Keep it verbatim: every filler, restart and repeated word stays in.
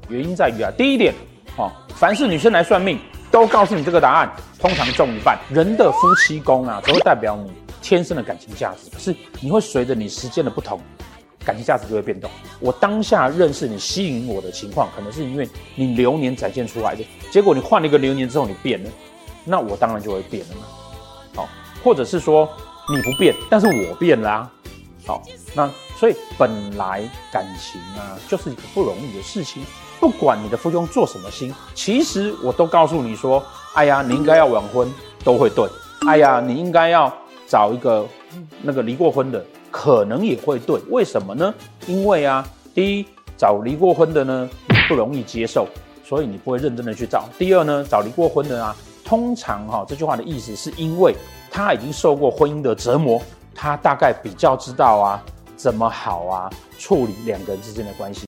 原因在于啊，第一点，哦，凡是女生来算命，都告诉你这个答案，通常中一半。人的夫妻宫啊，只会代表你天生的感情价值，可是你会随着你时间的不同，感情价值就会变动。我当下认识你、吸引我的情况，可能是因为你流年展现出来的，结果你换了一个流年之后，你变了，那我当然就会变了嘛。好，或者是说你不变，但是我变啦、啊。好，那所以本来感情啊，就是一个不容易的事情。不管你的夫兄做什么星，其实我都告诉你说，哎呀，你应该要晚婚，都会对。哎呀，你应该要找一个那个离过婚的，可能也会对。为什么呢？因为啊，第一，找离过婚的呢不容易接受，所以你不会认真的去找。第二呢，找离过婚的啊，通常哈、哦、这句话的意思是因为他已经受过婚姻的折磨，他大概比较知道啊怎么好啊处理两个人之间的关系。